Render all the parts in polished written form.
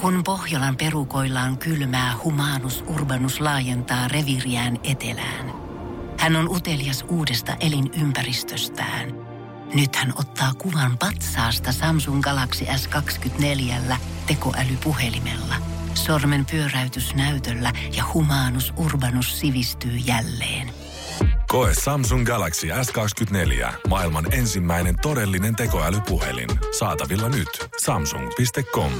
Kun Pohjolan perukoillaan kylmää, Humanus Urbanus laajentaa reviiriään etelään. Hän on utelias uudesta elinympäristöstään. Nyt hän ottaa kuvan patsaasta Samsung Galaxy S24 tekoälypuhelimella. Sormen pyöräytys näytöllä ja Humanus Urbanus sivistyy jälleen. Koe Samsung Galaxy S24. Maailman ensimmäinen todellinen tekoälypuhelin. Saatavilla nyt. Samsung.com.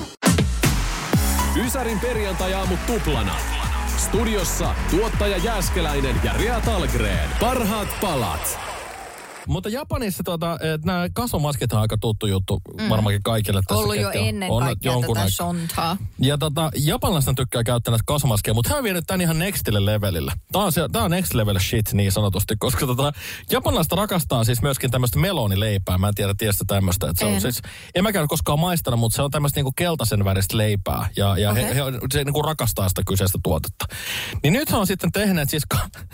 Ysärin perjantai-aamut tuplana. Studiossa tuottaja Jääskeläinen ja Rea Tallgren. Parhaat palat. Mutta Japanissa nämä kasvomaskit on aika tuttu juttu varmaankin kaikille tässä. Ollut jo ennen kaikkea tätä shontaa. Ja japanilaiset tykkää käyttää näitä kasvomaskeja, mutta hän on vienyt tämän ihan nextille levelille. Tämä on next level shit niin sanotusti, koska japanilaiset rakastaa siis myöskin tämmöistä melonileipää. Mä en tiedä tämmöistä. Että se on siis, en mäkään koskaan maistanut, mutta se on tämmöistä niinku keltaisen väristä leipää. Ja okay. he niinku rakastaa sitä kyseistä tuotetta. Niin nyt he on sitten tehneet siis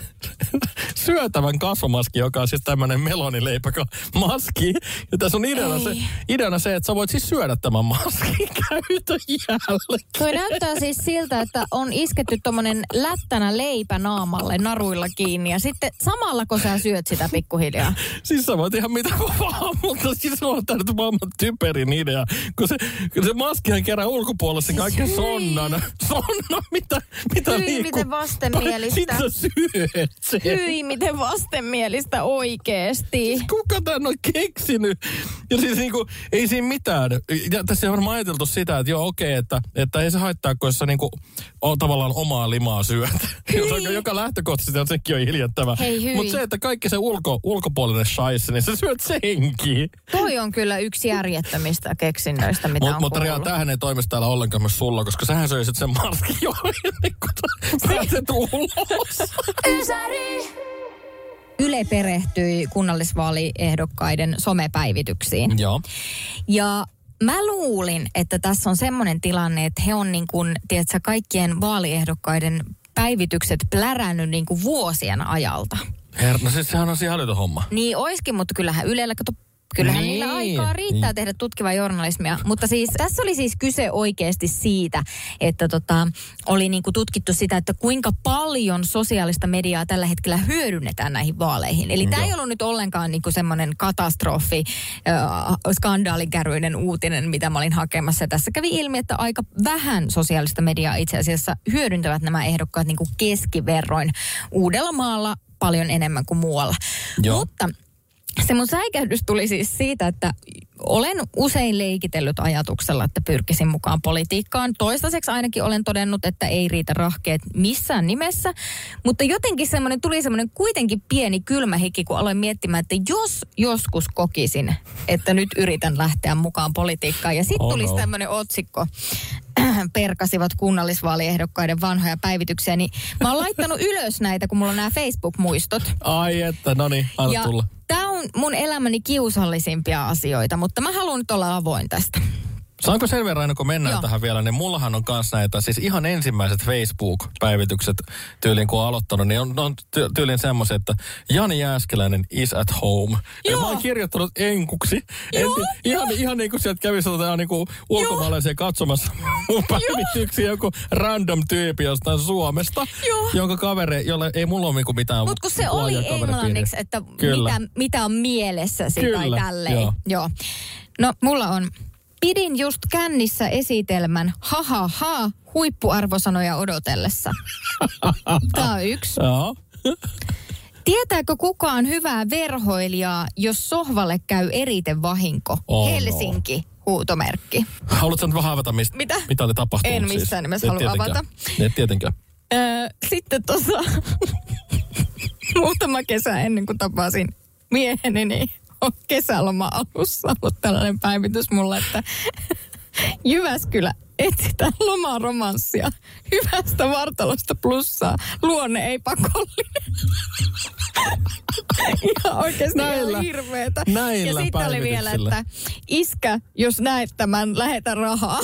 syötävän kasvomaski, joka on siis tämmöinen melonileipämaski. Ja tässä on ideana se, että sä voit siis syödä tämän maskin käytön jälkeen. Toi näyttää siis siltä, että on isketty tommonen lättänä leipä naamalle naruilla kiinni. Ja sitten samalla, kun sä syöt sitä pikkuhiljaa. Siis sä voit ihan mitä vaan, mutta siis on tää nyt maailman typerin idea. Kun se maskihan kerää ulkopuolella se kaiken sonnan. Sonna, mitä Hyi, liikkuu. miten vastenmielistä. Sitten sä syöt sen. Hyi, miten vastenmielistä oikeesti. Siis kuka tän on keksinyt? Ja siis niinku, ei siinä mitään. Ja tässä on varmaan ajateltu sitä, että joo okei, että ei se haittaa, kun jos sä niinku on tavallaan omaa limaa syöt. Joka lähtökohtaisesti on sekin on hiljattava. Mutta se, että kaikki se ulkopuolinen shaisse, niin sä syöt senkin. Toi on kyllä yksi järjettömistä keksinnöistä, mitä on Mutta Rea, tämähän ei toimisi täällä ollenkaan myös sulla, koska sähän söisit sen maskin jo ennen kuin pääset ulos. Yle perehtyi kunnallisvaaliehdokkaiden somepäivityksiin. Joo. Ja mä luulin, että tässä on semmoinen tilanne, että he on niin kuin, tiedätkö, kaikkien vaaliehdokkaiden päivitykset plärännyt niin kuin vuosien ajalta. No siis sehän on ihan älytön homma. Niin oiskin, mutta kyllähän Ylellä, kyllähän niillä aikaa riittää tehdä tutkivaa journalismia. Mutta siis tässä oli siis kyse oikeasti siitä, että oli niinku tutkittu sitä, että kuinka paljon sosiaalista mediaa tällä hetkellä hyödynnetään näihin vaaleihin. Eli tämä ei ollut nyt ollenkaan niinku semmoinen katastrofi, skandaalikärryinen uutinen, mitä mä olin hakemassa. Ja tässä kävi ilmi, että aika vähän sosiaalista mediaa itse asiassa hyödyntävät nämä ehdokkaat niinku keskiverroin. Uudellamaalla paljon enemmän kuin muualla. Joo. Mutta se mun säikähdys tuli siis siitä, että olen usein leikitellyt ajatuksella, että pyrkisin mukaan politiikkaan. Toistaiseksi ainakin olen todennut, että ei riitä rahkeet missään nimessä. Mutta jotenkin tuli semmoinen kuitenkin pieni kylmä hiki, kun aloin miettimään, että jos joskus kokisin, että nyt yritän lähteä mukaan politiikkaan. Ja sitten tulisi tämmöinen otsikko, perkasivat kunnallisvaaliehdokkaiden vanhoja päivityksiä. Niin mä oon laittanut ylös näitä, kun mulla on nämä Facebook-muistot. Ai että, no niin, anna tulla. Tämä on mun elämäni kiusallisimpia asioita, mutta mä haluan nyt olla avoin tästä. Saanko sen verran, kun mennään tähän vielä, niin mullahan on kanssa näitä, siis ihan ensimmäiset Facebook-päivitykset tyyliin, kun on aloittanut, niin on tyyliin semmoiset, että Jani Jääskeläinen is at home. Ja mä oon kirjoittanut enkuksi. Ihan niin kuin sieltä kävisi niin kuin ulkomaalaisia katsomassa mun päivityksiä, joku random tyyppi jostain Suomesta, jonka kaveri, jolle ei mulla ole niin mitään. Mutta kun se oli englanniksi, että mitä on mielessäsi tai tälleen. Joo. No mulla on... Pidin just kännissä esitelmän huippuarvosanoja odotellessa. Tämä on yksi. Joo. Tietääkö kukaan hyvää verhoilijaa, jos sohvalle käy eritevahinko? Helsinki, huutomerkki. Haluatko nyt vähän avata, mitä oli tapahtunut? En missään nimessä halua avata. Et tietenkään. Sitten muutama kesä ennen kuin tapasin mieheni, niin on kesäloma alussa ollut tällainen päivitys mulle, että Jyväskylä etsitään lomaromanssia. Hyvästä vartalosta plussaa. Luonne ei pakollinen. Ihan oikeasti ihan hirveetä. Ja sitten oli vielä, että iskä, jos näet tämän, lähetä rahaa.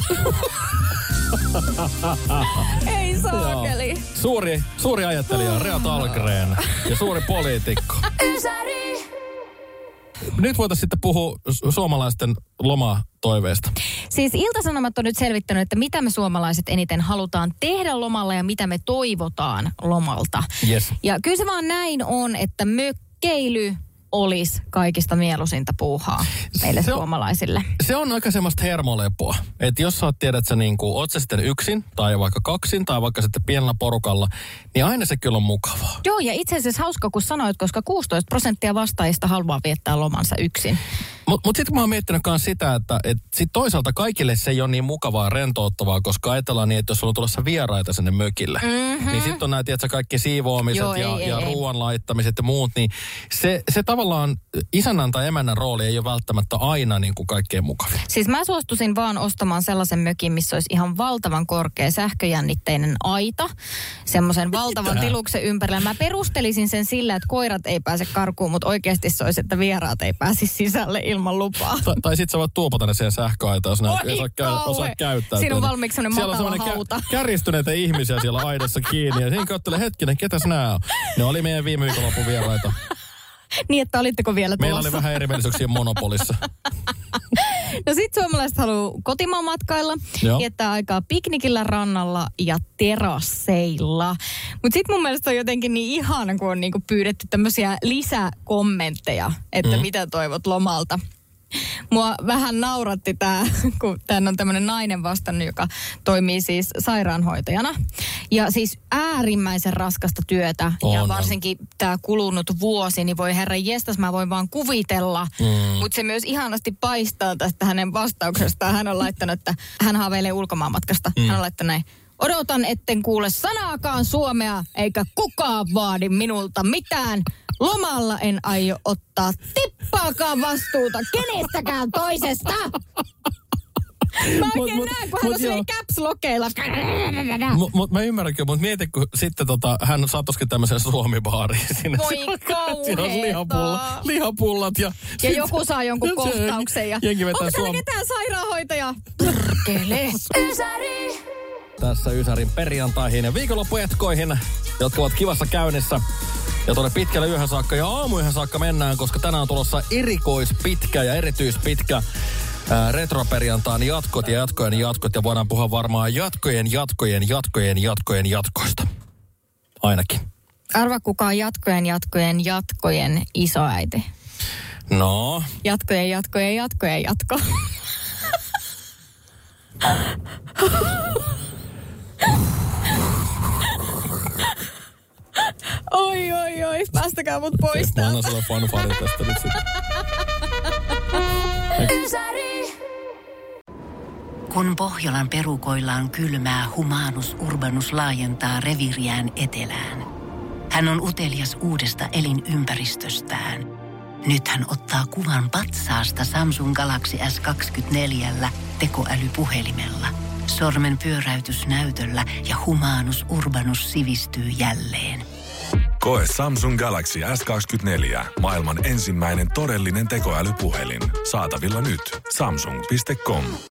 Ei saakeli. Suuri ajattelija Rea Tallgren ja suuri poliitikko. nyt voitaisiin sitten puhua suomalaisten lomatoiveista. Siis Ilta-Sanomat on nyt selvittänyt, että mitä me suomalaiset eniten halutaan tehdä lomalla ja mitä me toivotaan lomalta. Yes. Ja kyllä se vaan näin on, että mökkeily olisi kaikista mieluisinta puuhaa meille suomalaisille. Se on aika semmoista hermolepoa. Että jos sä tiedät, että oot sä sitten yksin tai vaikka kaksin tai vaikka sitten pienellä porukalla, niin aina se kyllä on mukavaa. Joo, ja itse asiassa hauska, kun sanoit, koska 16% vastaajista haluaa viettää lomansa yksin. Mutta sitten mä oon miettinyt myös sitä, että sit toisaalta kaikille se ei ole niin mukavaa rentouttavaa, koska ajatellaan niin, että jos sulla on tulossa vieraita sinne mökille, niin sitten on näitä, että kaikki siivoamiset ja ruoan laittamiset ja muut, niin se tavallaan isännän tai emännän rooli ei ole välttämättä aina niin kuin kaikkein mukavin. Siis mä suostuisin vaan ostamaan sellaisen mökin, missä olisi ihan valtavan korkea sähköjännitteinen aita, semmoisen valtavan tiluksen ympärillä. Mä perustelisin sen sillä, että koirat ei pääse karkuun, mutta oikeasti se olisi, että vieraat ei pääsisi sisälle ilman lupaa. Tai sit sä voit tuopata ne siihen sähköaitaan, jos osaa käyttää. Siinä on valmiiksi sellainen matala hauta. Kärjistyneitä ihmisiä siellä aidassa kiinni. Ja siinä katselee hetkinen, ketäs nää on? Ne oli meidän viime viikonlopun vieraita. Niin, että olitteko vielä tulossa? Meillä oli vähän erimielisyyksiä Monopolissa. No sit suomalaiset haluaa kotimaan matkailla, viettää aikaa piknikillä, rannalla ja terasseilla. Mutta sit mun mielestä on jotenkin niin ihana, kun on niinku pyydetty tämmöisiä lisäkommentteja, että mitä toivot lomalta. Mua vähän nauratti kun tän on tämmöinen nainen vastannut, joka toimii siis sairaanhoitajana. Ja siis äärimmäisen raskasta työtä. Ja varsinkin tämä kulunut vuosi, niin voi herran jestas, mä voin vaan kuvitella. Mutta se myös ihanasti paistaa tästä hänen vastauksestaan. Hän on laittanut, että hän haaveilee ulkomaanmatkasta. Hän on laittanut näin. Odotan, etten kuule sanaakaan suomea, eikä kukaan vaadi minulta mitään. Lomalla en aio ottaa tippaakaan vastuuta kenestäkään toisesta. Mä oikein näen, kun hän on silleen caps-lokeilla. Mä ymmärrän kyllä, mutta mieti, kun sitten hän saatosikin tämmöisen Suomi-baariin sinne. Voi kauheeta. Lihapullat ja joku saa jonkun kohtauksen. Onko täällä ketään sairaanhoitaja? Perkele. Ysäri! Tässä Ysärin perjantaihin ja viikonloppujatkoihin, jotka ovat kivassa käynnissä. Ja tuonne pitkälle yöhön saakka ja aamuyöhön saakka mennään, koska tänään on tulossa erikoispitkä ja erityispitkä retroperjantain jatkot ja jatkojen jatkot. Ja voidaan puhua varmaan jatkojen jatkoista. Ainakin. Arva kuka on jatkojen isoäiti. No. Jatkojen jatko. Oi, päästäkää mut pois täältä. Mä annan sulle fanfarin tästä nyt sitten. Kun Pohjolan perukoillaan kylmää, Humanus Urbanus laajentaa reviiriään etelään. Hän on utelias uudesta elinympäristöstään. Nyt hän ottaa kuvan patsaasta Samsung Galaxy S24 tekoälypuhelimella. Sormen pyöräytys näytöllä ja Humanus Urbanus sivistyy jälleen. Koe Samsung Galaxy S24. Maailman ensimmäinen todellinen tekoälypuhelin. Saatavilla nyt. Samsung.com.